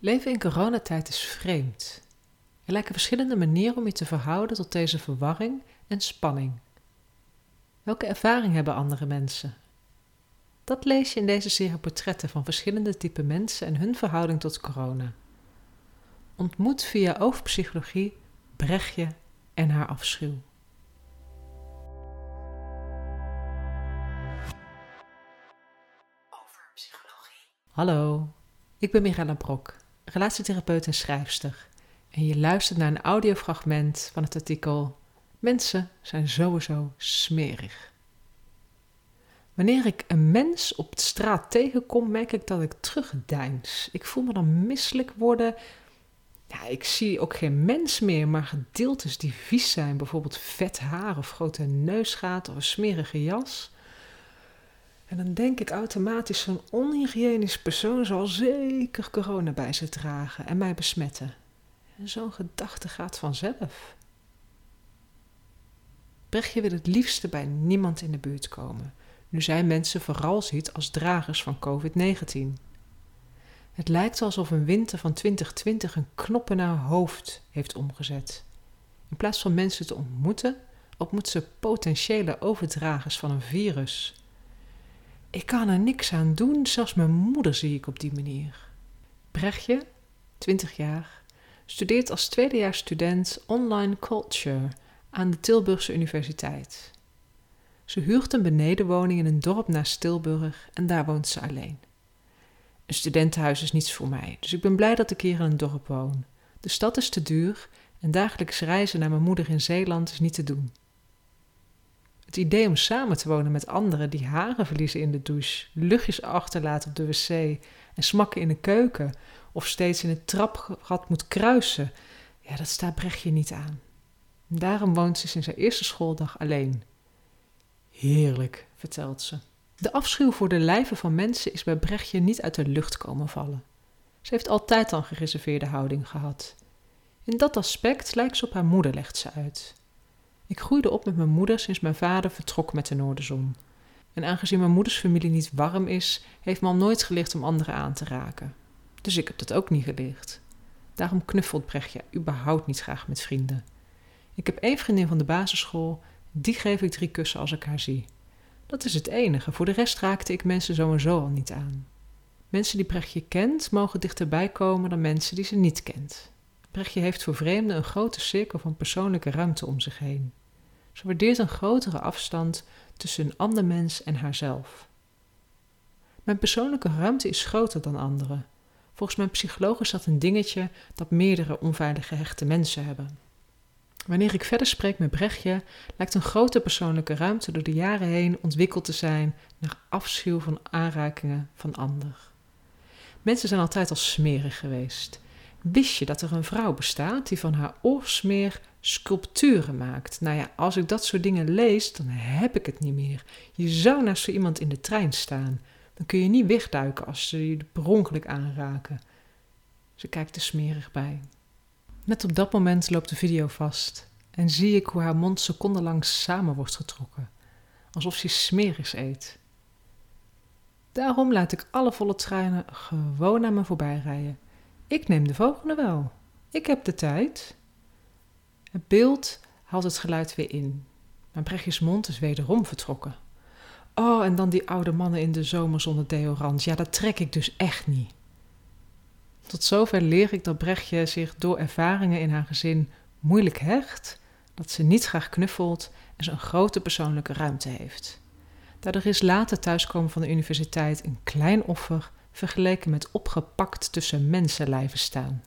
Leven in coronatijd is vreemd. Er lijken verschillende manieren om je te verhouden tot deze verwarring en spanning. Welke ervaring hebben andere mensen? Dat lees je in deze serie portretten van verschillende type mensen en hun verhouding tot corona. Ontmoet via overpsychologie Brechtje en haar afschuw. Hallo, ik ben Mirella Brok, relatietherapeut en schrijfster. En je luistert naar een audiofragment van het artikel Mensen zijn sowieso smerig. Wanneer ik een mens op de straat tegenkom, merk ik dat ik terugdeins. Ik voel me dan misselijk worden. Ja, ik zie ook geen mens meer, maar gedeeltes die vies zijn. Bijvoorbeeld vet haar of grote neusgaten of een smerige jas. En dan denk ik automatisch, zo'n onhygiënisch persoon zal zeker corona bij zich dragen en mij besmetten. En zo'n gedachte gaat vanzelf. Brechtje wil het liefste bij niemand in de buurt komen, nu zij mensen vooral ziet als dragers van COVID-19. Het lijkt alsof een winter van 2020 een knop in haar hoofd heeft omgezet. In plaats van mensen te ontmoet ze potentiële overdragers van een virus. Ik kan er niks aan doen, zelfs mijn moeder zie ik op die manier. Brechtje, 20 jaar, studeert als tweedejaarsstudent online culture aan de Tilburgse Universiteit. Ze huurt een benedenwoning in een dorp naast Tilburg en daar woont ze alleen. Een studentenhuis is niets voor mij, dus ik ben blij dat ik hier in een dorp woon. De stad is te duur en dagelijks reizen naar mijn moeder in Zeeland is niet te doen. Het idee om samen te wonen met anderen die haren verliezen in de douche, luchtjes achterlaten op de wc en smakken in de keuken of steeds in het trapgat moet kruisen, ja, dat staat Brechtje niet aan. Daarom woont ze sinds haar eerste schooldag alleen. Heerlijk, vertelt ze. De afschuw voor de lijven van mensen is bij Brechtje niet uit de lucht komen vallen. Ze heeft altijd al een gereserveerde houding gehad. In dat aspect lijkt ze op haar moeder, legt ze uit. Ik groeide op met mijn moeder sinds mijn vader vertrok met de noorderzon. En aangezien mijn moeders familie niet warm is, heeft me al nooit geleerd om anderen aan te raken. Dus ik heb dat ook niet geleerd. Daarom knuffelt Brechtje überhaupt niet graag met vrienden. Ik heb 1 vriendin van de basisschool, die geef ik 3 kussen als ik haar zie. Dat is het enige, voor de rest raakte ik mensen sowieso al niet aan. Mensen die Brechtje kent, mogen dichterbij komen dan mensen die ze niet kent. Brechtje heeft voor vreemden een grote cirkel van persoonlijke ruimte om zich heen. Ze waardeert een grotere afstand tussen een ander mens en haarzelf. Mijn persoonlijke ruimte is groter dan anderen. Volgens mijn psycholoog is dat een dingetje dat meerdere onveilig gehechte mensen hebben. Wanneer ik verder spreek met Brechtje, lijkt een grote persoonlijke ruimte door de jaren heen ontwikkeld te zijn naar afschuw van aanrakingen van ander. Mensen zijn altijd al smerig geweest. Wist je dat er een vrouw bestaat die van haar oorsmeer sculpturen maakt? Nou ja, als ik dat soort dingen lees, dan heb ik het niet meer. Je zou naast zo iemand in de trein staan. Dan kun je niet wegduiken als ze je per ongeluk aanraken. Ze kijkt er smerig bij. Net op dat moment loopt de video vast en zie ik hoe haar mond secondenlang samen wordt getrokken. Alsof ze smerigs eet. Daarom laat ik alle volle treinen gewoon naar me voorbij rijden. Ik neem de volgende wel. Ik heb de tijd. Het beeld haalt het geluid weer in. Maar Brechtjes mond is wederom vertrokken. Oh, en dan die oude mannen in de zomer zonder deodorant. Ja, dat trek ik dus echt niet. Tot zover leer ik dat Brechtje zich door ervaringen in haar gezin moeilijk hecht, dat ze niet graag knuffelt en ze een grote persoonlijke ruimte heeft. Daardoor is later thuiskomen van de universiteit een klein offer vergeleken met opgepakt tussen mensenlijven staan.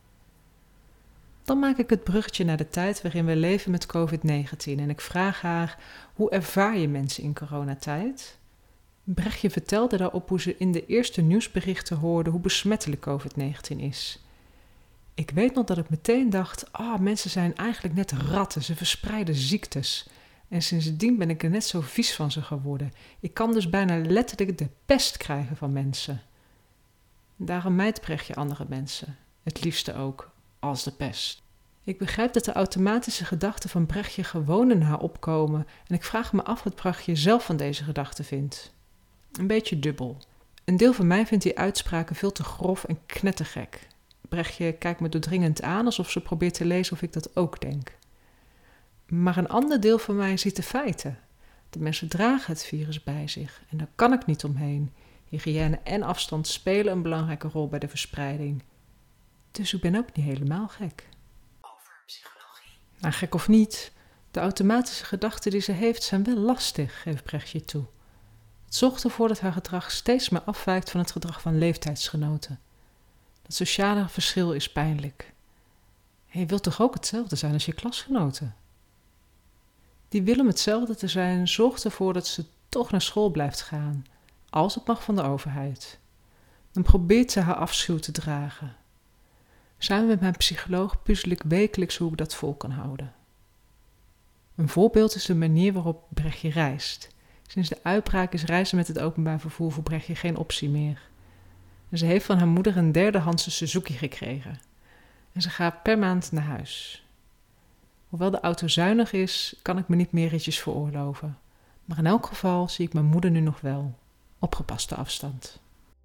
Dan maak ik het bruggetje naar de tijd waarin we leven met COVID-19 en ik vraag haar, hoe ervaar je mensen in coronatijd? Brechtje vertelde daarop hoe ze in de eerste nieuwsberichten hoorde hoe besmettelijk COVID-19 is. Ik weet nog dat ik meteen dacht, mensen zijn eigenlijk net ratten, ze verspreiden ziektes. En sindsdien ben ik er net zo vies van ze geworden. Ik kan dus bijna letterlijk de pest krijgen van mensen. Daarom mijdt Brechtje andere mensen, het liefste ook als de pest. Ik begrijp dat de automatische gedachten van Brechtje gewoon in haar opkomen en ik vraag me af wat Brechtje zelf van deze gedachten vindt. Een beetje dubbel. Een deel van mij vindt die uitspraken veel te grof en knettergek. Brechtje kijkt me doordringend aan alsof ze probeert te lezen of ik dat ook denk. Maar een ander deel van mij ziet de feiten. De mensen dragen het virus bij zich en daar kan ik niet omheen. Hygiëne en afstand spelen een belangrijke rol bij de verspreiding. Dus ik ben ook niet helemaal gek. Over psychologie? Nou, gek of niet, de automatische gedachten die ze heeft zijn wel lastig, geeft Brechtje toe. Het zorgt ervoor dat haar gedrag steeds meer afwijkt van het gedrag van leeftijdsgenoten. Dat sociale verschil is pijnlijk. En je wilt toch ook hetzelfde zijn als je klasgenoten? Die wil om hetzelfde te zijn zorgt ervoor dat ze toch naar school blijft gaan, als het mag van de overheid. Dan probeert ze haar afschuw te dragen. Samen met mijn psycholoog puzzel ik wekelijks hoe ik dat vol kan houden. Een voorbeeld is de manier waarop Brechtje reist. Sinds de uitbraak is reizen met het openbaar vervoer voor Brechtje geen optie meer. En ze heeft van haar moeder een derdehandse Suzuki gekregen. En ze gaat per maand naar huis. Hoewel de auto zuinig is, kan ik me niet meer ritjes veroorloven. Maar in elk geval zie ik mijn moeder nu nog wel, op gepaste afstand.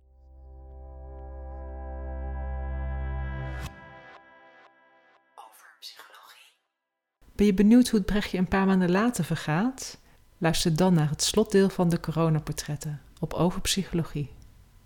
Over psychologie? Ben je benieuwd hoe het Brechtje een paar maanden later vergaat? Luister dan naar het slotdeel van de coronaportretten op Over Psychologie.